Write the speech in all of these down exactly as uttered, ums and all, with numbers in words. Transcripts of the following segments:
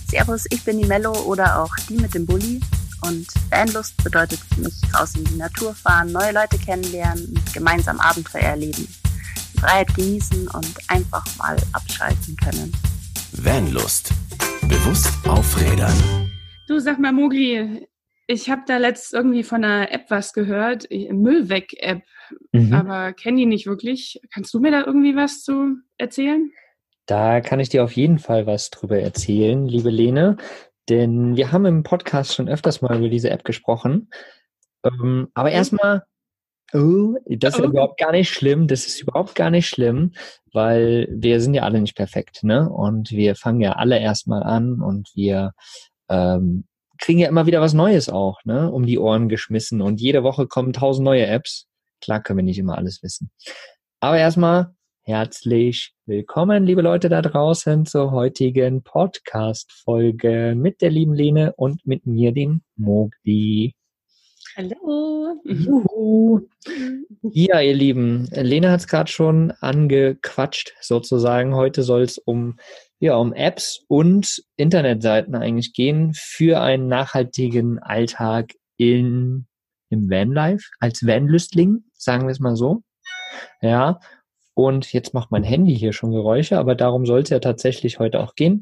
Servus, ich bin die Mello oder auch die mit dem Bulli. Und Vanlust bedeutet für mich raus in die Natur fahren, neue Leute kennenlernen und gemeinsam Abenteuer erleben. Die Freiheit genießen und einfach mal abschalten können. Vanlust. Bewusst aufrädern. Du, sag mal, Mogli, ich habe da letzt irgendwie von einer App was gehört, Müllweg-App, mhm. aber kenne die nicht wirklich. Kannst du mir da irgendwie was zu erzählen? Da kann ich dir auf jeden Fall was drüber erzählen, liebe Lene. Denn wir haben im Podcast schon öfters mal über diese App gesprochen. Ähm, aber erstmal, oh, das ist oh. überhaupt gar nicht schlimm. Das ist überhaupt gar nicht schlimm, weil wir sind ja alle nicht perfekt, ne? Und wir fangen ja alle erstmal an und wir ähm, kriegen ja immer wieder was Neues auch, ne? Um die Ohren geschmissen. Und jede Woche kommen tausend neue Apps. Klar können wir nicht immer alles wissen. Aber erstmal herzlich willkommen, liebe Leute da draußen, zur heutigen Podcast-Folge mit der lieben Lene und mit mir, dem Mogli. Hallo. Juhu. Ja, ihr Lieben, Lene hat es gerade schon angequatscht, sozusagen. Heute soll es um, ja, um Apps und Internetseiten eigentlich gehen für einen nachhaltigen Alltag in, im Vanlife, als Vanlüstling, sagen wir es mal so. Ja, und jetzt macht mein Handy hier schon Geräusche, aber darum soll es ja tatsächlich heute auch gehen.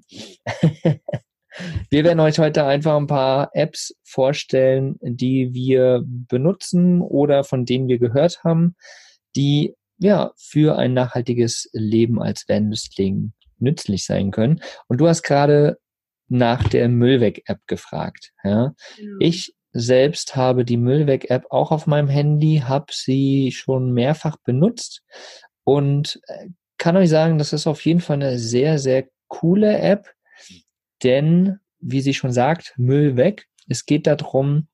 Wir werden euch heute einfach ein paar Apps vorstellen, die wir benutzen oder von denen wir gehört haben, die ja für ein nachhaltiges Leben als Vanlüstling nützlich sein können. Und du hast gerade nach der Müllweg-App gefragt. Ja? Ja. Ich selbst habe die Müllweg-App auch auf meinem Handy, habe sie schon mehrfach benutzt und kann euch sagen, das ist auf jeden Fall eine sehr, sehr coole App, denn, wie sie schon sagt, Müll weg. Es geht darum,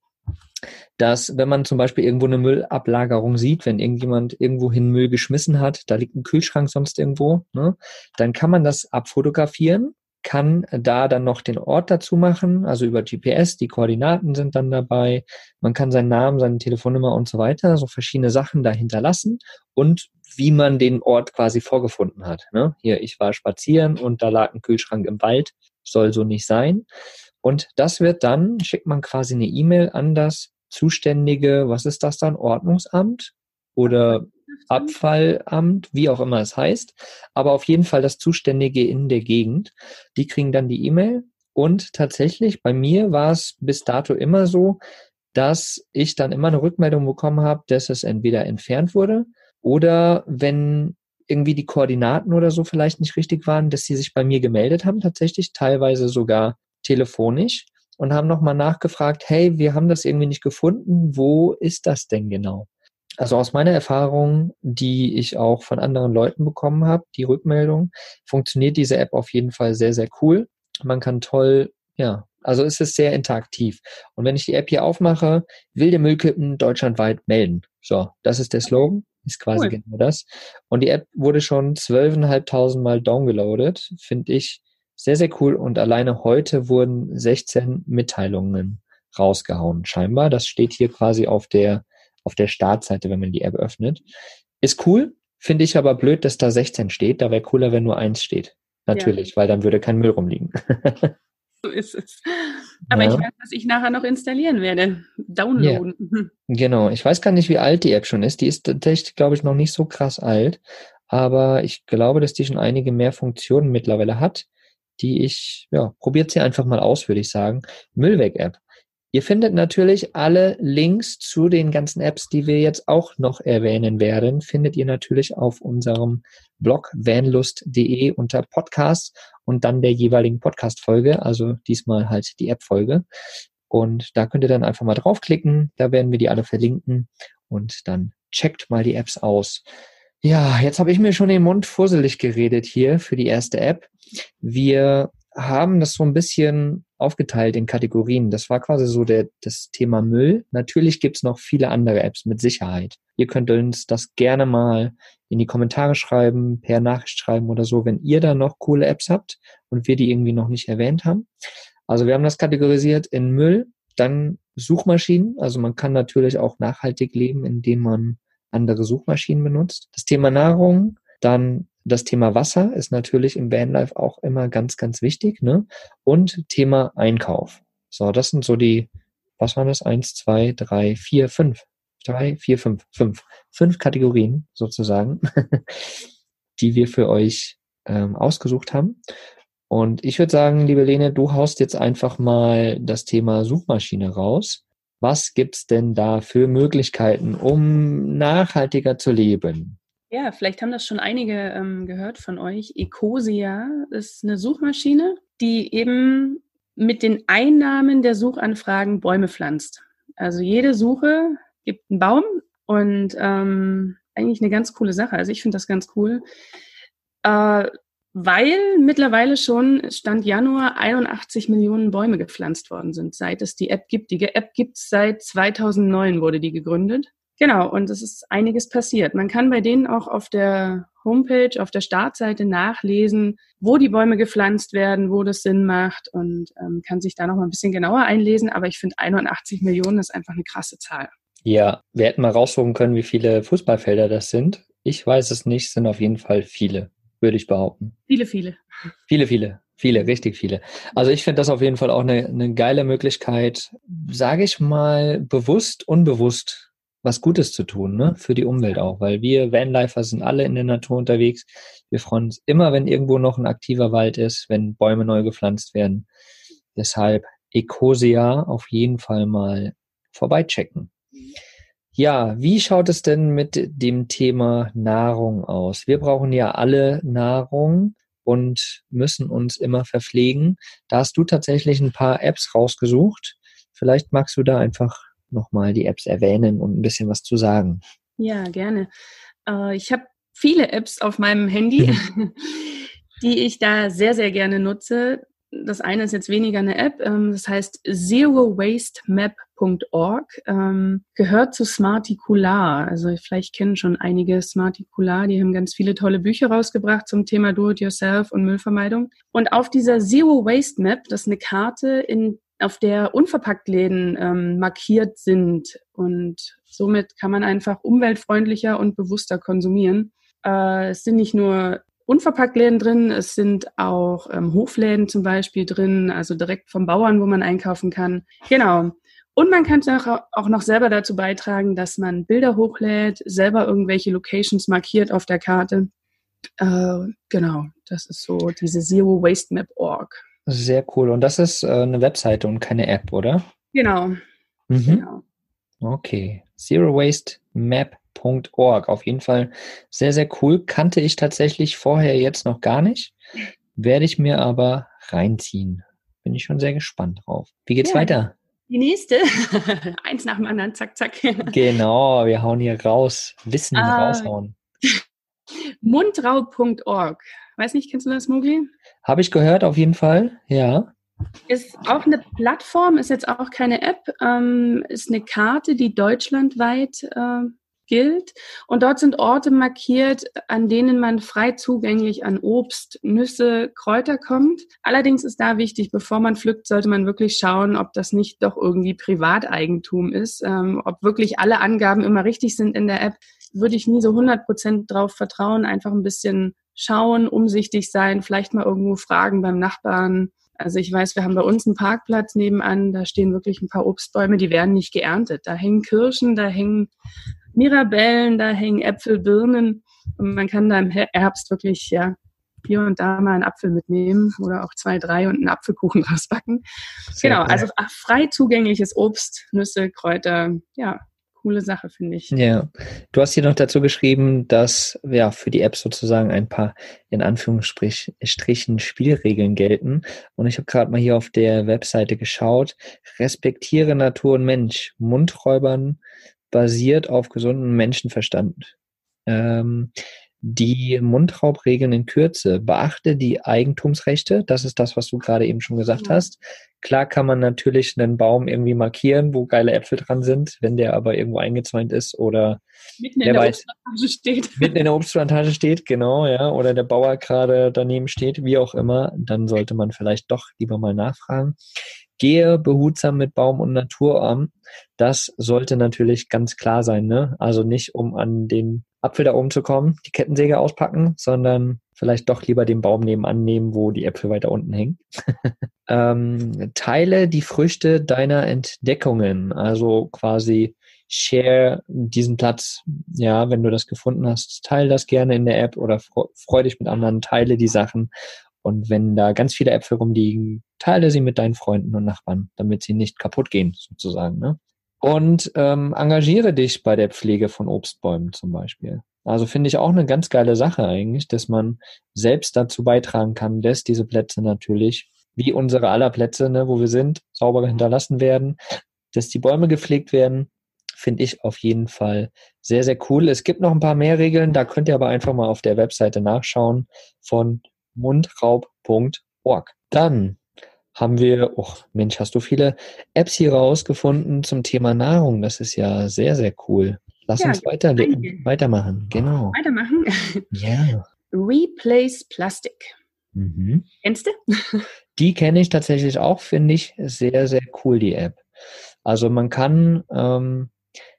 dass wenn man zum Beispiel irgendwo eine Müllablagerung sieht, wenn irgendjemand irgendwohin Müll geschmissen hat, da liegt ein Kühlschrank sonst irgendwo, ne, dann kann man das abfotografieren, kann da dann noch den Ort dazu machen, also über G P S, die Koordinaten sind dann dabei, man kann seinen Namen, seine Telefonnummer und so weiter, so verschiedene Sachen da hinterlassen und wie man den Ort quasi vorgefunden hat. Ne? Hier, ich war spazieren und da lag ein Kühlschrank im Wald, soll so nicht sein. Und das wird dann, schickt man quasi eine E-Mail an das zuständige, was ist das dann, Ordnungsamt oder Abfallamt, wie auch immer es heißt, aber auf jeden Fall das Zuständige in der Gegend. Die kriegen dann die E-Mail und tatsächlich bei mir war es bis dato immer so, dass ich dann immer eine Rückmeldung bekommen habe, dass es entweder entfernt wurde oder wenn irgendwie die Koordinaten oder so vielleicht nicht richtig waren, dass sie sich bei mir gemeldet haben, tatsächlich teilweise sogar telefonisch und haben nochmal nachgefragt, hey, wir haben das irgendwie nicht gefunden, wo ist das denn genau? Also aus meiner Erfahrung, die ich auch von anderen Leuten bekommen habe, die Rückmeldung, funktioniert diese App auf jeden Fall sehr, sehr cool. Man kann toll, ja, also es ist sehr interaktiv. Und wenn ich die App hier aufmache, wilde Müllkippen deutschlandweit melden. So, das ist der Slogan, ist quasi cool. Genau das. Und die App wurde schon zwölftausendfünfhundert Mal downgeloadet, finde ich sehr, sehr cool. Und alleine heute wurden sechzehn Mitteilungen rausgehauen, scheinbar. Das steht hier quasi auf der auf der Startseite, wenn man die App öffnet. Ist cool, finde ich aber blöd, dass da sechzehn steht. Da wäre cooler, wenn nur eins steht. Natürlich, ja. Weil dann würde kein Müll rumliegen. So ist es. Aber ja. Ich weiß, was ich nachher noch installieren werde. Downloaden. Ja. Genau. Ich weiß gar nicht, wie alt die App schon ist. Die ist tatsächlich, glaube ich, noch nicht so krass alt. Aber ich glaube, dass die schon einige mehr Funktionen mittlerweile hat, die ich, ja, probiert sie einfach mal aus, würde ich sagen. Müllweg-App. Ihr findet natürlich alle Links zu den ganzen Apps, die wir jetzt auch noch erwähnen werden, findet ihr natürlich auf unserem Blog vanlust punkt de unter Podcast und dann der jeweiligen Podcast-Folge, also diesmal halt die App-Folge. Und da könnt ihr dann einfach mal draufklicken, da werden wir die alle verlinken und dann checkt mal die Apps aus. Ja, jetzt habe ich mir schon den Mund fusselig geredet hier für die erste App. Wir haben das so ein bisschen aufgeteilt in Kategorien. Das war quasi so der, das Thema Müll. Natürlich gibt's noch viele andere Apps mit Sicherheit. Ihr könnt uns das gerne mal in die Kommentare schreiben, per Nachricht schreiben oder so, wenn ihr da noch coole Apps habt und wir die irgendwie noch nicht erwähnt haben. Also wir haben das kategorisiert in Müll, dann Suchmaschinen. Also man kann natürlich auch nachhaltig leben, indem man andere Suchmaschinen benutzt. Das Thema Nahrung, dann das Thema Wasser ist natürlich im Vanlife auch immer ganz, ganz wichtig, ne? Und Thema Einkauf. So, das sind so die, was waren das? Eins, zwei, drei, vier, fünf. Drei, vier, fünf. Fünf. Fünf Kategorien sozusagen, die wir für euch ähm, ausgesucht haben. Und ich würde sagen, liebe Lene, du haust jetzt einfach mal das Thema Suchmaschine raus. Was gibt's denn da für Möglichkeiten, um nachhaltiger zu leben? Ja, vielleicht haben das schon einige ähm, gehört von euch. Ecosia ist eine Suchmaschine, die eben mit den Einnahmen der Suchanfragen Bäume pflanzt. Also jede Suche gibt einen Baum und ähm, eigentlich eine ganz coole Sache. Also ich finde das ganz cool, äh, weil mittlerweile schon Stand Januar einundachtzig Millionen Bäume gepflanzt worden sind, seit es die App gibt. Die App gibt es seit zweitausendneun, wurde die gegründet. Genau, und es ist einiges passiert. Man kann bei denen auch auf der Homepage, auf der Startseite nachlesen, wo die Bäume gepflanzt werden, wo das Sinn macht und ähm, kann sich da noch mal ein bisschen genauer einlesen. Aber ich finde, einundachtzig Millionen ist einfach eine krasse Zahl. Ja, wir hätten mal raussuchen können, wie viele Fußballfelder das sind. Ich weiß es nicht, es sind auf jeden Fall viele, würde ich behaupten. Viele, viele. Viele, viele. Viele, richtig viele. Also ich finde das auf jeden Fall auch eine, eine geile Möglichkeit, sage ich mal, bewusst, unbewusst was Gutes zu tun, ne? Für die Umwelt auch, weil wir Vanlifer sind alle in der Natur unterwegs. Wir freuen uns immer, wenn irgendwo noch ein aktiver Wald ist, wenn Bäume neu gepflanzt werden. Deshalb Ecosia auf jeden Fall mal vorbeichecken. Ja, wie schaut es denn mit dem Thema Nahrung aus? Wir brauchen ja alle Nahrung und müssen uns immer verpflegen. Da hast du tatsächlich ein paar Apps rausgesucht. Vielleicht magst du da einfach nochmal die Apps erwähnen und ein bisschen was zu sagen. Ja, gerne. Äh, ich habe viele Apps auf meinem Handy, die ich da sehr, sehr gerne nutze. Das eine ist jetzt weniger eine App, ähm, das heißt zero waste map punkt org, ähm, gehört zu Smarticular. Also vielleicht kennen schon einige Smarticular, die haben ganz viele tolle Bücher rausgebracht zum Thema Do-it-yourself und Müllvermeidung. Und auf dieser Zero Waste Map, das ist eine Karte, in, auf der Unverpacktläden ähm, markiert sind. Und somit kann man einfach umweltfreundlicher und bewusster konsumieren. Äh, es sind nicht nur Unverpacktläden drin, es sind auch ähm, Hofläden zum Beispiel drin, also direkt vom Bauern, wo man einkaufen kann. Genau. Und man kann auch noch selber dazu beitragen, dass man Bilder hochlädt, selber irgendwelche Locations markiert auf der Karte. Äh, genau, das ist so diese Zero Waste Map punkt org. Sehr cool. Und das ist äh, eine Webseite und keine App, oder? Genau. Mhm. genau. Okay. zero waste map punkt org. Auf jeden Fall sehr, sehr cool. Kannte ich tatsächlich vorher jetzt noch gar nicht. Werde ich mir aber reinziehen. Bin ich schon sehr gespannt drauf. Wie geht's Ja. weiter? Die nächste, eins nach dem anderen, zack, zack. Genau, wir hauen hier raus. Wissen Ah. raushauen. mundraub punkt org. Weiß nicht, kennst du das, Mogli? Habe ich gehört, auf jeden Fall, ja. Ist auch eine Plattform, ist jetzt auch keine App, ähm, ist eine Karte, die deutschlandweit äh, gilt. Und dort sind Orte markiert, an denen man frei zugänglich an Obst, Nüsse, Kräuter kommt. Allerdings ist da wichtig, bevor man pflückt, sollte man wirklich schauen, ob das nicht doch irgendwie Privateigentum ist, ähm, ob wirklich alle Angaben immer richtig sind in der App. Würde ich nie so hundert Prozent drauf vertrauen, einfach ein bisschen schauen, umsichtig sein, vielleicht mal irgendwo fragen beim Nachbarn. Also ich weiß, wir haben bei uns einen Parkplatz nebenan, da stehen wirklich ein paar Obstbäume, die werden nicht geerntet. Da hängen Kirschen, da hängen Mirabellen, da hängen Äpfel, Birnen und man kann da im Herbst wirklich ja hier und da mal einen Apfel mitnehmen oder auch zwei, drei und einen Apfelkuchen draus backen. Sehr genau, cool. Also frei zugängliches Obst, Nüsse, Kräuter, ja, coole Sache, finde ich. Ja, du hast hier noch dazu geschrieben, dass ja für die App sozusagen ein paar in Anführungsstrichen Spielregeln gelten. Und ich habe gerade mal hier auf der Webseite geschaut. Respektiere Natur und Mensch. Mundräubern basiert auf gesundem Menschenverstand. Ähm, die Mundraubregeln in Kürze. Beachte die Eigentumsrechte. Das ist das, was du gerade eben schon gesagt ja. hast. Klar kann man natürlich einen Baum irgendwie markieren, wo geile Äpfel dran sind, wenn der aber irgendwo eingezäunt ist oder mitten in der weiß, Obstplantage steht. Mitten in der Obstplantage steht, genau, ja, oder der Bauer gerade daneben steht, wie auch immer, dann sollte man vielleicht doch lieber mal nachfragen. Gehe behutsam mit Baum und Natur um. Das sollte natürlich ganz klar sein, ne? Also nicht, um an den Apfel da oben zu kommen, die Kettensäge auspacken, sondern vielleicht doch lieber den Baum nebenan nehmen, wo die Äpfel weiter unten hängen. ähm, teile die Früchte deiner Entdeckungen, also quasi share diesen Platz, ja, wenn du das gefunden hast, teile das gerne in der App oder freu dich mit anderen, teile die Sachen. Und wenn da ganz viele Äpfel rumliegen, teile sie mit deinen Freunden und Nachbarn, damit sie nicht kaputt gehen, sozusagen, ne? Und ähm, engagiere dich bei der Pflege von Obstbäumen zum Beispiel. Also finde ich auch eine ganz geile Sache eigentlich, dass man selbst dazu beitragen kann, dass diese Plätze natürlich, wie unsere aller Plätze, ne, wo wir sind, sauber hinterlassen werden, dass die Bäume gepflegt werden, finde ich auf jeden Fall sehr, sehr cool. Es gibt noch ein paar mehr Regeln, da könnt ihr aber einfach mal auf der Webseite nachschauen von mundraub punkt org. Dann haben wir, oh Mensch, hast du viele Apps hier rausgefunden zum Thema Nahrung. Das ist ja sehr, sehr cool. Lass Ja, uns weiter, danke. weitermachen. Genau. Weitermachen. Ja. Replace Plastic. Mhm. Kennst du? Die kenne ich tatsächlich auch, finde ich sehr, sehr cool, die App. Also man kann ähm,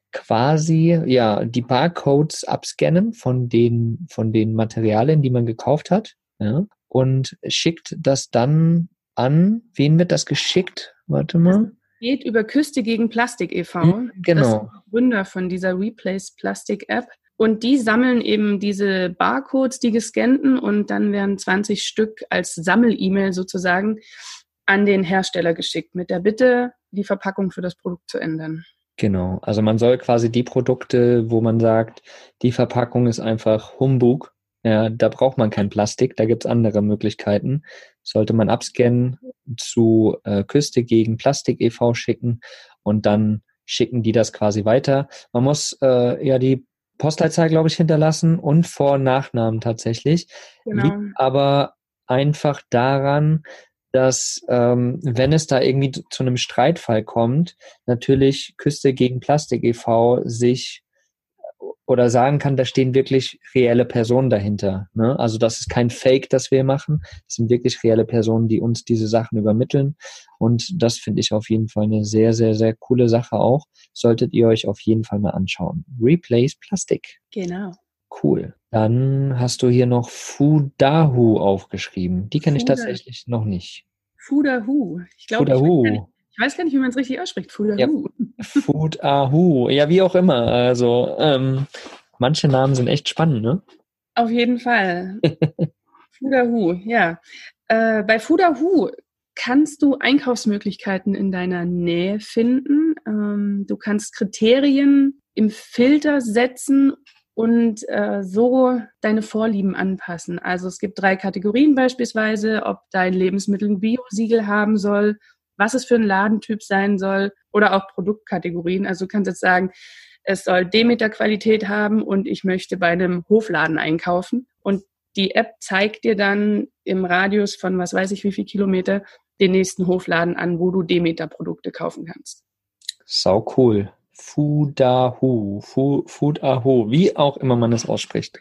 quasi ja die Barcodes abscannen von den, von den Materialien, die man gekauft hat, ja, und schickt das dann an. Wen wird das geschickt? Warte mal. Geht über Küste gegen Plastik e V. Genau. Das ist der Gründer von dieser Replace Plastic App. Und die sammeln eben diese Barcodes, die gescannten, und dann werden zwanzig Stück als Sammel-E-Mail sozusagen an den Hersteller geschickt mit der Bitte, die Verpackung für das Produkt zu ändern. Genau. Also man soll quasi die Produkte, wo man sagt, die Verpackung ist einfach Humbug, ja, da braucht man kein Plastik, da gibt's andere Möglichkeiten. Sollte man abscannen, zu äh, Küste gegen Plastik e V schicken und dann schicken die das quasi weiter. Man muss äh, ja die Postleitzahl, glaube ich, hinterlassen und Vor- und Nachnamen tatsächlich. Genau. Liegt aber einfach daran, dass ähm, wenn es da irgendwie zu einem Streitfall kommt, natürlich Küste gegen Plastik e V sich oder sagen kann, da stehen wirklich reelle Personen dahinter. Ne? Also das ist kein Fake, das wir machen. Das sind wirklich reelle Personen, die uns diese Sachen übermitteln. Und das finde ich auf jeden Fall eine sehr, sehr, sehr coole Sache auch. Solltet ihr euch auf jeden Fall mal anschauen. Replace Plastic. Genau. Cool. Dann hast du hier noch Foodahu aufgeschrieben. Die kenne ich Fooda- tatsächlich noch nicht. Foodahu. Ich glaube, ich, Foodahu. weiß gar nicht- ich weiß gar nicht, wie man es richtig ausspricht. Foodahu. Ja. Foodahu. Ja, wie auch immer. Also ähm, manche Namen sind echt spannend, ne? Auf jeden Fall. Foodahu, ja. Äh, bei Foodahu kannst du Einkaufsmöglichkeiten in deiner Nähe finden. Ähm, du kannst Kriterien im Filter setzen und äh, so deine Vorlieben anpassen. Also es gibt drei Kategorien beispielsweise, ob dein Lebensmittel ein Bio-Siegel haben soll, was es für ein Ladentyp sein soll oder auch Produktkategorien. Also du kannst jetzt sagen, es soll Demeter-Qualität haben und ich möchte bei einem Hofladen einkaufen. Und die App zeigt dir dann im Radius von was weiß ich wie viel Kilometer den nächsten Hofladen an, wo du Demeter-Produkte kaufen kannst. Sau cool. Foodahu. Fu- Foodahu. Wie auch immer man es ausspricht.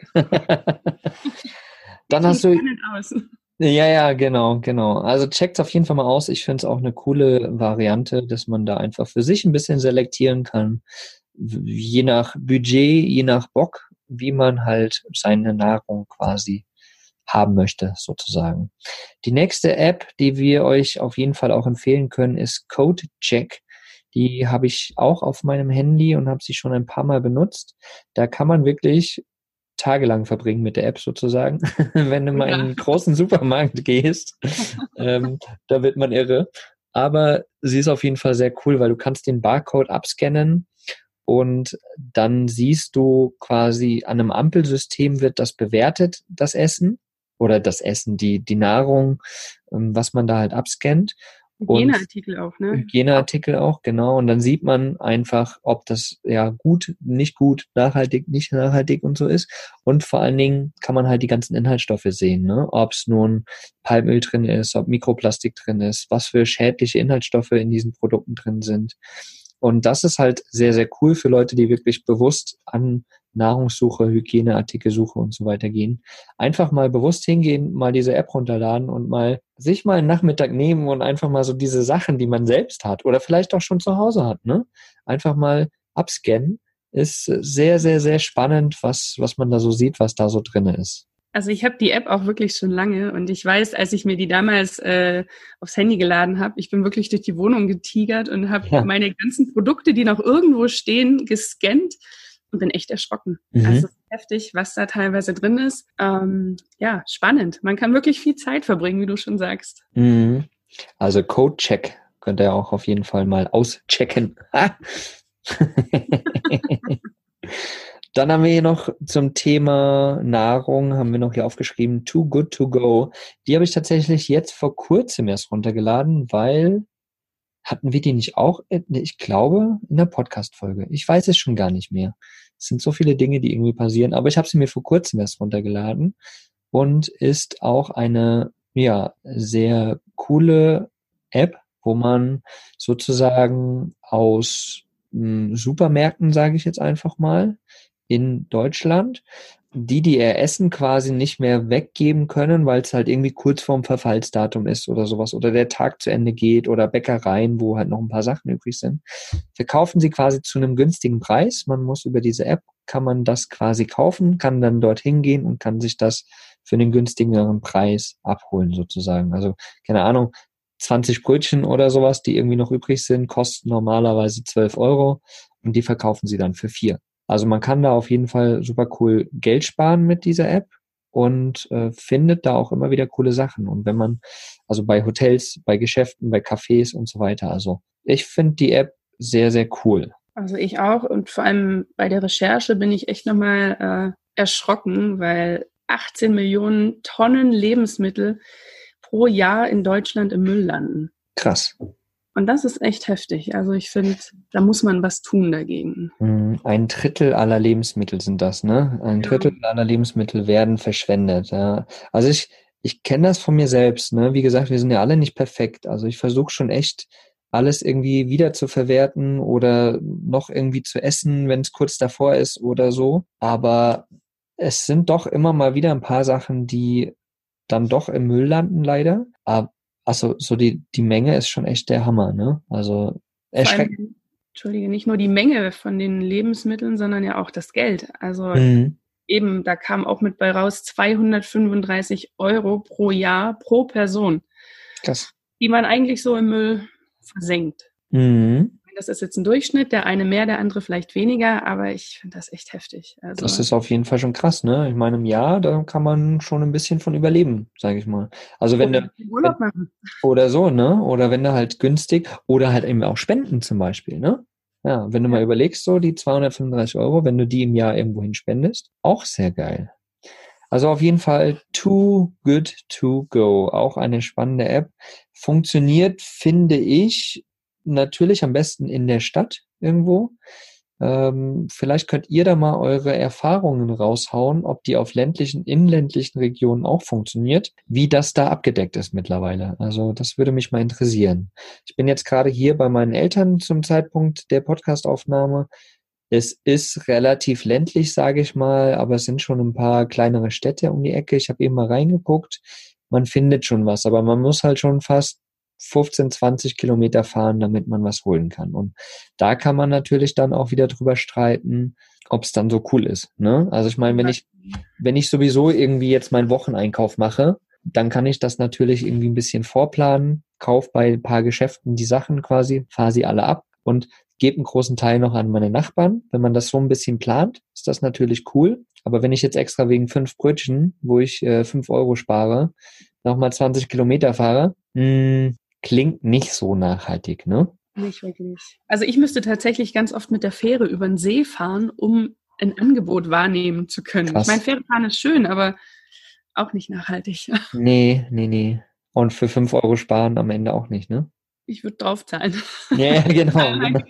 Dann hast du... Sieht aus. Ja, ja, genau, genau. Also checkt's auf jeden Fall mal aus. Ich finde es auch eine coole Variante, dass man da einfach für sich ein bisschen selektieren kann, je nach Budget, je nach Bock, wie man halt seine Nahrung quasi haben möchte, sozusagen. Die nächste App, die wir euch auf jeden Fall auch empfehlen können, ist CodeCheck. Die habe ich auch auf meinem Handy und habe sie schon ein paar Mal benutzt. Da kann man wirklich tagelang verbringen mit der App sozusagen. Wenn du mal in einen großen Supermarkt gehst, ähm, da wird man irre. Aber sie ist auf jeden Fall sehr cool, weil du kannst den Barcode abscannen und dann siehst du quasi an einem Ampelsystem wird das bewertet, das Essen oder das Essen, die, die Nahrung, ähm, was man da halt abscannt. Hygieneartikel auch, ne? Hygieneartikel auch, genau. Und dann sieht man einfach, ob das ja gut, nicht gut, nachhaltig, nicht nachhaltig und so ist. Und vor allen Dingen kann man halt die ganzen Inhaltsstoffe sehen, ne? Ob es nun Palmöl drin ist, ob Mikroplastik drin ist, was für schädliche Inhaltsstoffe in diesen Produkten drin sind. Und das ist halt sehr, sehr cool für Leute, die wirklich bewusst an Nahrungssuche, Hygieneartikelsuche und so weiter gehen. Einfach mal bewusst hingehen, mal diese App runterladen und mal sich mal einen Nachmittag nehmen und einfach mal so diese Sachen, die man selbst hat oder vielleicht auch schon zu Hause hat, ne? Einfach mal abscannen ist sehr, sehr, sehr spannend, was, was man da so sieht, was da so drin ist. Also ich habe die App auch wirklich schon lange und ich weiß, als ich mir die damals äh, aufs Handy geladen habe, ich bin wirklich durch die Wohnung getigert und habe ja. meine ganzen Produkte, die noch irgendwo stehen, gescannt und bin echt erschrocken. Mhm. Also es ist heftig, was da teilweise drin ist. Ähm, ja, spannend. Man kann wirklich viel Zeit verbringen, wie du schon sagst. Mhm. Also Code-Check könnt ihr auch auf jeden Fall mal auschecken. Dann haben wir hier noch zum Thema Nahrung, haben wir noch hier aufgeschrieben, Too Good To Go. Die habe ich tatsächlich jetzt vor kurzem erst runtergeladen, weil, hatten wir die nicht auch, ich glaube, in der Podcast-Folge. Ich weiß es schon gar nicht mehr. Es sind so viele Dinge, die irgendwie passieren, aber ich habe sie mir vor kurzem erst runtergeladen und ist auch eine, ja, sehr coole App, wo man sozusagen aus mh, Supermärkten, sage ich jetzt einfach mal, in Deutschland, die, die ihr Essen quasi nicht mehr weggeben können, weil es halt irgendwie kurz vorm Verfallsdatum ist oder sowas oder der Tag zu Ende geht oder Bäckereien, wo halt noch ein paar Sachen übrig sind, verkaufen sie quasi zu einem günstigen Preis. Man muss über diese App, kann man das quasi kaufen, kann dann dorthin gehen und kann sich das für einen günstigeren Preis abholen sozusagen. Also, keine Ahnung, zwanzig Brötchen oder sowas, die irgendwie noch übrig sind, kosten normalerweise zwölf Euro und die verkaufen sie dann für vier. Also man kann da auf jeden Fall super cool Geld sparen mit dieser App und äh, findet da auch immer wieder coole Sachen. Und wenn man, also bei Hotels, bei Geschäften, bei Cafés und so weiter, also ich finde die App sehr, sehr cool. Also ich auch und vor allem bei der Recherche bin ich echt nochmal äh, erschrocken, weil achtzehn Millionen Tonnen Lebensmittel pro Jahr in Deutschland im Müll landen. Krass. Und das ist echt heftig. Also ich finde, da muss man was tun dagegen. Ein Drittel aller Lebensmittel sind das, ne? Ein ja. Drittel aller Lebensmittel werden verschwendet, ja. Also ich, ich kenne das von mir selbst, ne? Wie gesagt, wir sind ja alle nicht perfekt. Also ich versuche schon echt, alles irgendwie wieder zu verwerten oder noch irgendwie zu essen, wenn es kurz davor ist oder so. Aber es sind doch immer mal wieder ein paar Sachen, die dann doch im Müll landen, leider. Aber also so die, die Menge ist schon echt der Hammer, ne? Also erschreckend. Allem, Entschuldige, nicht nur die Menge von den Lebensmitteln, sondern ja auch das Geld. Also mhm. eben, da kam auch mit bei raus zweihundertfünfunddreißig Euro pro Jahr pro Person. Krass. Die man eigentlich so im Müll versenkt. Mhm. Das ist jetzt ein Durchschnitt, der eine mehr, der andere vielleicht weniger, aber ich finde das echt heftig. Also, das ist auf jeden Fall schon krass, ne? Ich meine, im Jahr, da kann man schon ein bisschen von überleben, sage ich mal. Also wenn du Urlaub machen. Oder so, ne? Oder wenn du halt günstig oder halt eben auch spenden zum Beispiel, ne? Ja, wenn du ja. mal überlegst, so die zweihundertfünfunddreißig Euro, wenn du die im Jahr irgendwo hin spendest, auch sehr geil. Also auf jeden Fall Too Good To Go, auch eine spannende App. Funktioniert, finde ich, natürlich am besten in der Stadt irgendwo. Ähm, vielleicht könnt ihr da mal eure Erfahrungen raushauen, ob die auf ländlichen, inländlichen Regionen auch funktioniert, wie das da abgedeckt ist mittlerweile. Also das würde mich mal interessieren. Ich bin jetzt gerade hier bei meinen Eltern zum Zeitpunkt der Podcastaufnahme. Es ist relativ ländlich, sage ich mal, aber es sind schon ein paar kleinere Städte um die Ecke. Ich habe eben mal reingeguckt. Man findet schon was, aber man muss halt schon fast fünfzehn, zwanzig Kilometer fahren, damit man was holen kann. Und da kann man natürlich dann auch wieder drüber streiten, ob es dann so cool ist. Ne? Also ich meine, wenn ich, wenn ich sowieso irgendwie jetzt meinen Wocheneinkauf mache, dann kann ich das natürlich irgendwie ein bisschen vorplanen, kauf bei ein paar Geschäften die Sachen quasi, fahre sie alle ab und gebe einen großen Teil noch an meine Nachbarn. Wenn man das so ein bisschen plant, ist das natürlich cool. Aber wenn ich jetzt extra wegen fünf Brötchen, wo ich äh, fünf Euro spare, nochmal zwanzig Kilometer fahre, mh, klingt nicht so nachhaltig, ne? Nicht wirklich. Also ich müsste tatsächlich ganz oft mit der Fähre über den See fahren, um ein Angebot wahrnehmen zu können. Krass. Ich meine, Fährefahren ist schön, aber auch nicht nachhaltig. Nee, nee, nee. Und für fünf Euro sparen am Ende auch nicht, ne? Ich würde draufzahlen. Ja, genau. genau.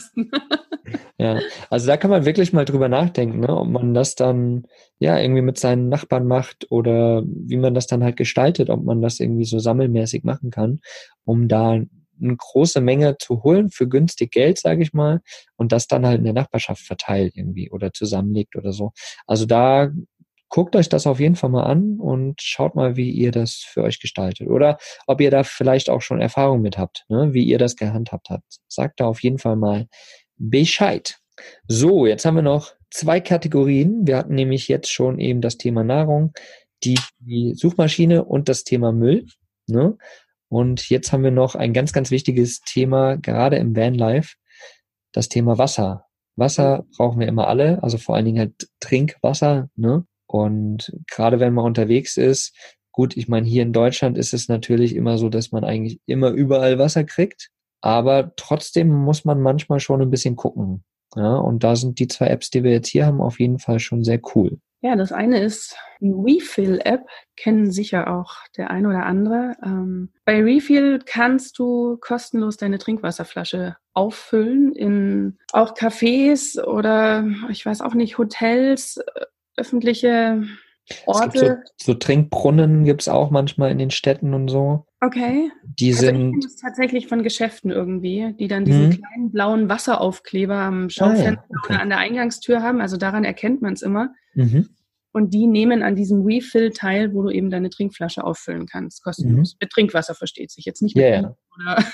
Ja, also da kann man wirklich mal drüber nachdenken, ne? Ob man das dann ja irgendwie mit seinen Nachbarn macht oder wie man das dann halt gestaltet, ob man das irgendwie so sammelmäßig machen kann, um da eine große Menge zu holen für günstig Geld, sage ich mal, und das dann halt in der Nachbarschaft verteilt irgendwie oder zusammenlegt oder so. Also da guckt euch das auf jeden Fall mal an und schaut mal, wie ihr das für euch gestaltet. Oder ob ihr da vielleicht auch schon Erfahrung mit habt, ne? Wie ihr das gehandhabt habt. Sagt da auf jeden Fall mal Bescheid. So, jetzt haben wir noch zwei Kategorien. Wir hatten nämlich jetzt schon eben das Thema Nahrung, die, die Suchmaschine und das Thema Müll. Ne? Und jetzt haben wir noch ein ganz, ganz wichtiges Thema, gerade im Vanlife, das Thema Wasser. Wasser brauchen wir immer alle, also vor allen Dingen halt Trinkwasser. Ne? Und gerade wenn man unterwegs ist, gut, ich meine, hier in Deutschland ist es natürlich immer so, dass man eigentlich immer überall Wasser kriegt, aber trotzdem muss man manchmal schon ein bisschen gucken. Ja, und da sind die zwei Apps, die wir jetzt hier haben, auf jeden Fall schon sehr cool. Ja, das eine ist die Refill-App, kennen sicher auch der ein oder andere. Ähm, bei Refill kannst du kostenlos deine Trinkwasserflasche auffüllen in auch Cafés oder ich weiß auch nicht, Hotels, äh, öffentliche Orte. Es gibt so, so Trinkbrunnen gibt's auch manchmal in den Städten und so. Okay. Die also sind ich kenne das tatsächlich von Geschäften irgendwie, die dann diesen hm. kleinen blauen Wasseraufkleber am Schaufenster ah, ja. okay. oder an der Eingangstür haben. Also daran erkennt man es immer. Mhm. Und die nehmen an diesem Refill teil, wo du eben deine Trinkflasche auffüllen kannst, kostenlos. Mhm. Mit Trinkwasser versteht sich jetzt nicht mit Ja, ja.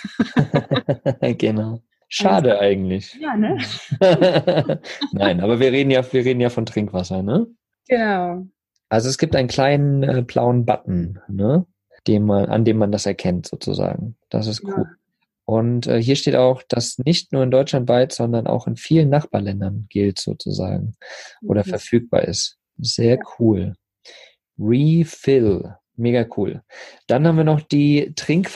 oder Genau. Schade also, eigentlich. Ja, ne? Nein, aber wir reden ja, wir reden ja von Trinkwasser, ne? Genau. Also es gibt einen kleinen äh, blauen Button, ne? Dem man, an dem man das erkennt sozusagen. Das ist cool. Ja. Und äh, hier steht auch, dass nicht nur in Deutschland weit, sondern auch in vielen Nachbarländern gilt sozusagen oder Okay. verfügbar ist. Sehr Ja. cool. Refill. Mega cool. Dann haben wir noch die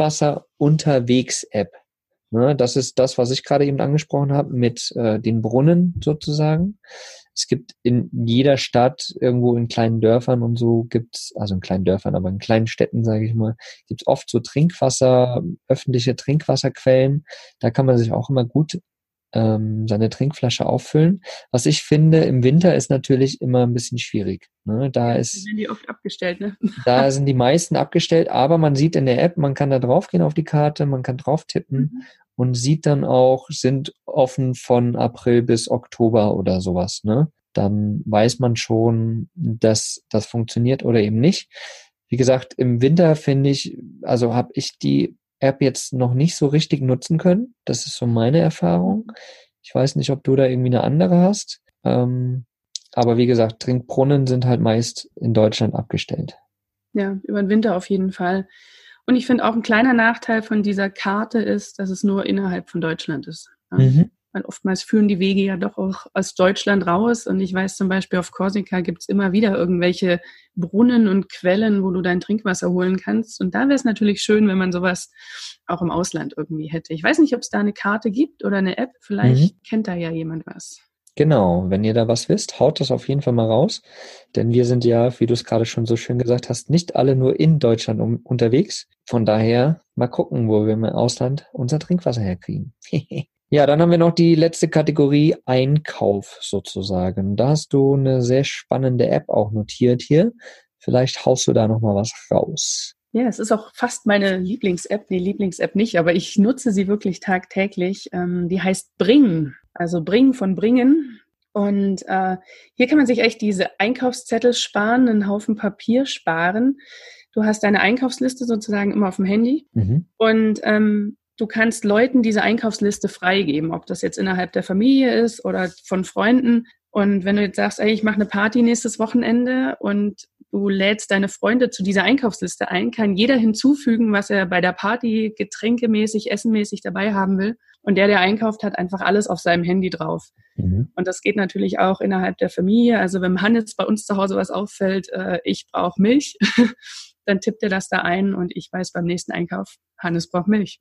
Trinkwasser-Unterwegs-App. Ne, das ist das, was ich gerade eben angesprochen habe mit äh, den Brunnen sozusagen. Es gibt in jeder Stadt, irgendwo in kleinen Dörfern und so gibt's, also in kleinen Dörfern, aber in kleinen Städten, sage ich mal, gibt's oft so Trinkwasser, öffentliche Trinkwasserquellen. Da kann man sich auch immer gut ähm, seine Trinkflasche auffüllen. Was ich finde, im Winter ist natürlich immer ein bisschen schwierig. Ne? Da Ja, ist, sind die oft abgestellt, ne? da sind die meisten abgestellt, aber man sieht in der App, man kann da draufgehen auf die Karte, man kann drauf tippen Mhm. und sieht dann auch, sind offen von April bis Oktober oder sowas. Ne? Dann weiß man schon, dass das funktioniert oder eben nicht. Wie gesagt, im Winter finde ich, also habe ich die App jetzt noch nicht so richtig nutzen können. Das ist so meine Erfahrung. Ich weiß nicht, ob du da irgendwie eine andere hast. Ähm, aber wie gesagt, Trinkbrunnen sind halt meist in Deutschland abgestellt. Ja, über den Winter auf jeden Fall. Und ich finde auch ein kleiner Nachteil von dieser Karte ist, dass es nur innerhalb von Deutschland ist. Ja. Mhm. Weil oftmals führen die Wege ja doch auch aus Deutschland raus. Und ich weiß zum Beispiel, auf Korsika gibt es immer wieder irgendwelche Brunnen und Quellen, wo du dein Trinkwasser holen kannst. Und da wäre es natürlich schön, wenn man sowas auch im Ausland irgendwie hätte. Ich weiß nicht, ob es da eine Karte gibt oder eine App. Vielleicht Mhm. kennt da ja jemand was. Genau, wenn ihr da was wisst, haut das auf jeden Fall mal raus. Denn wir sind ja, wie du es gerade schon so schön gesagt hast, nicht alle nur in Deutschland um, unterwegs. Von daher mal gucken, wo wir im Ausland unser Trinkwasser herkriegen. Ja, dann haben wir noch die letzte Kategorie Einkauf sozusagen. Da hast du eine sehr spannende App auch notiert hier. Vielleicht haust du da nochmal was raus. Ja, es ist auch fast meine Lieblings-App. Nee, Lieblings-App nicht, aber ich nutze sie wirklich tagtäglich. Ähm, die heißt Bring, also Bring von Bringen. Und äh, hier kann man sich echt diese Einkaufszettel sparen, einen Haufen Papier sparen. Du hast deine Einkaufsliste sozusagen immer auf dem Handy. Mhm. Und ähm, du kannst Leuten diese Einkaufsliste freigeben, ob das jetzt innerhalb der Familie ist oder von Freunden. Und wenn du jetzt sagst, ey, ich mache eine Party nächstes Wochenende und du lädst deine Freunde zu dieser Einkaufsliste ein, kann jeder hinzufügen, was er bei der Party getränkemäßig, essenmäßig dabei haben will. Und der, der einkauft, hat einfach alles auf seinem Handy drauf. Mhm. Und das geht natürlich auch innerhalb der Familie. Also wenn Hannes bei uns zu Hause was auffällt, äh, ich brauche Milch, dann tippt er das da ein und ich weiß beim nächsten Einkauf, Hannes braucht Milch.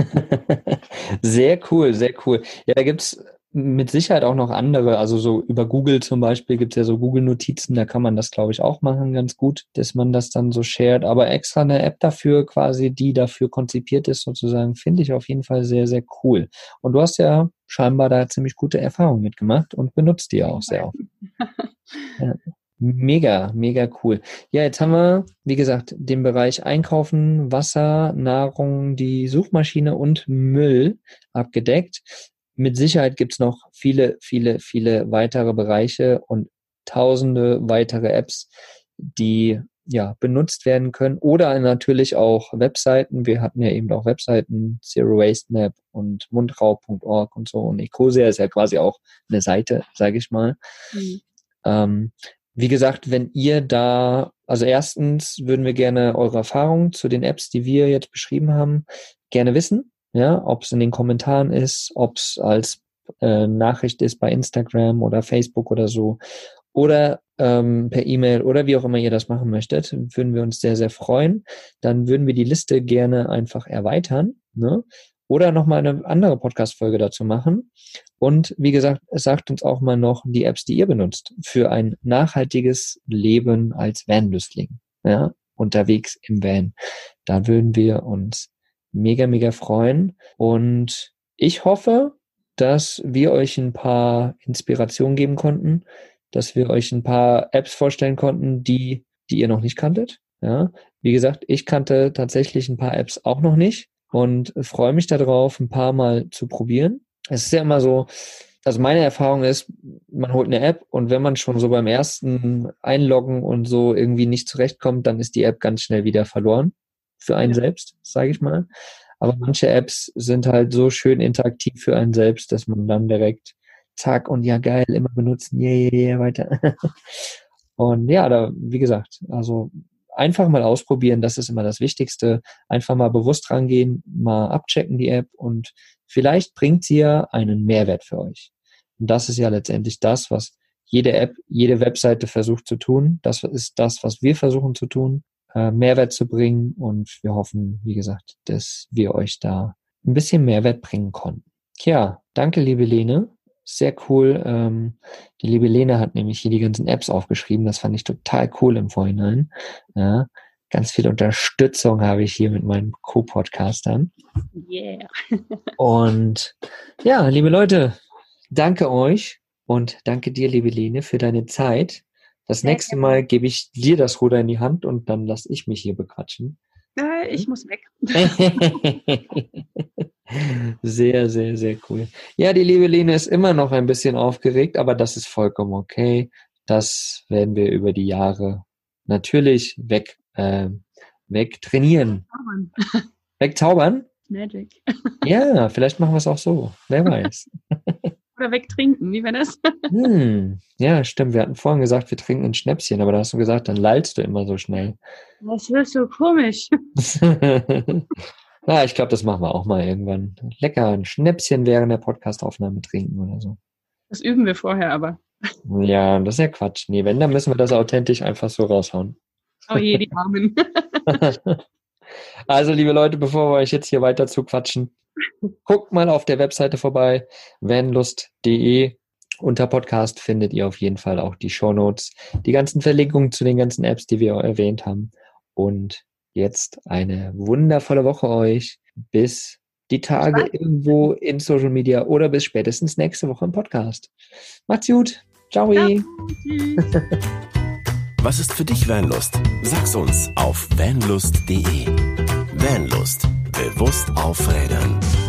Sehr cool, sehr cool. Ja, da gibt's mit Sicherheit auch noch andere, also so über Google zum Beispiel gibt's ja so Google-Notizen, da kann man das, glaube ich, auch machen ganz gut, dass man das dann so shared, aber extra eine App dafür quasi, die dafür konzipiert ist sozusagen, finde ich auf jeden Fall sehr, sehr cool. Und du hast ja scheinbar da ziemlich gute Erfahrungen mitgemacht und benutzt die auch sehr oft. Ja. Mega, mega cool. Ja, jetzt haben wir, wie gesagt, den Bereich Einkaufen, Wasser, Nahrung, die Suchmaschine und Müll abgedeckt. Mit Sicherheit gibt's noch viele, viele, viele weitere Bereiche und tausende weitere Apps, die ja, benutzt werden können oder natürlich auch Webseiten. Wir hatten ja eben auch Webseiten, Zero Waste Map und mundraub punkt org und so. Und Ecosia ist ja quasi auch eine Seite, sage ich mal. Mhm. Ähm, wie gesagt, wenn ihr da, also erstens würden wir gerne eure Erfahrungen zu den Apps, die wir jetzt beschrieben haben, gerne wissen. Ja, ob es in den Kommentaren ist, ob es als äh, Nachricht ist bei Instagram oder Facebook oder so. Oder ähm, per E-Mail oder wie auch immer ihr das machen möchtet, würden wir uns sehr, sehr freuen. Dann würden wir die Liste gerne einfach erweitern, ne? Oder nochmal eine andere Podcast-Folge dazu machen. Und wie gesagt, es sagt uns auch mal noch die Apps, die ihr benutzt für ein nachhaltiges Leben als Vanlüstling, ja, unterwegs im Van. Da würden wir uns mega, mega freuen. Und ich hoffe, dass wir euch ein paar Inspirationen geben konnten, dass wir euch ein paar Apps vorstellen konnten, die, die ihr noch nicht kanntet. Ja, wie gesagt, ich kannte tatsächlich ein paar Apps auch noch nicht und freue mich darauf, ein paar Mal zu probieren. Es ist ja immer so, also meine Erfahrung ist, man holt eine App und wenn man schon so beim ersten Einloggen und so irgendwie nicht zurechtkommt, dann ist die App ganz schnell wieder verloren für einen ja. selbst, sage ich mal. Aber manche Apps sind halt so schön interaktiv für einen selbst, dass man dann direkt zack und ja geil, immer benutzen, yeah, yeah, yeah, weiter. Und ja, da, wie gesagt, also einfach mal ausprobieren, das ist immer das Wichtigste. Einfach mal bewusst rangehen, mal abchecken die App und vielleicht bringt sie ja einen Mehrwert für euch. Und das ist ja letztendlich das, was jede App, jede Webseite versucht zu tun. Das ist das, was wir versuchen zu tun, äh, Mehrwert zu bringen. Und wir hoffen, wie gesagt, dass wir euch da ein bisschen Mehrwert bringen konnten. Tja, danke, liebe Lene. Sehr cool. Ähm, die liebe Lene hat nämlich hier die ganzen Apps aufgeschrieben. Das fand ich total cool im Vorhinein. Ja, ganz viel Unterstützung habe ich hier mit meinen Co-Podcastern. Yeah. Und ja, liebe Leute, danke euch und danke dir, liebe Lene, für deine Zeit. Das Sehr nächste gerne. Mal gebe ich dir das Ruder in die Hand und dann lasse ich mich hier bequatschen. Äh, ich muss weg. Sehr, sehr, sehr cool. Ja, die liebe Lene ist immer noch ein bisschen aufgeregt, aber das ist vollkommen okay. Das werden wir über die Jahre natürlich weg, äh, weg trainieren. Wegzaubern? Magic. Ja, vielleicht machen wir es auch so. Wer weiß. Oder wegtrinken, wie wäre das? Hm, ja, stimmt. Wir hatten vorhin gesagt, wir trinken ein Schnäpschen, aber da hast du gesagt, dann lallst du immer so schnell. Das wird so komisch. Ja, ich glaube, das machen wir auch mal irgendwann. Lecker ein Schnäpschen während der Podcastaufnahme trinken oder so. Das üben wir vorher aber. Ja, das ist ja Quatsch. Nee, wenn, dann müssen wir das authentisch einfach so raushauen. Oh je, die Armen. Also, liebe Leute, bevor wir euch jetzt hier weiter zuquatschen, guckt mal auf der Webseite vorbei, vanlust punkt de. Unter Podcast findet ihr auf jeden Fall auch die Shownotes, die ganzen Verlinkungen zu den ganzen Apps, die wir erwähnt haben. Und jetzt eine wundervolle Woche euch. Bis die Tage irgendwo in Social Media oder bis spätestens nächste Woche im Podcast. Macht's gut. Ciao. Ciao. Was ist für dich Vanlust? Sag's uns auf vanlust punkt de. Vanlust. Bewusst aufrädern.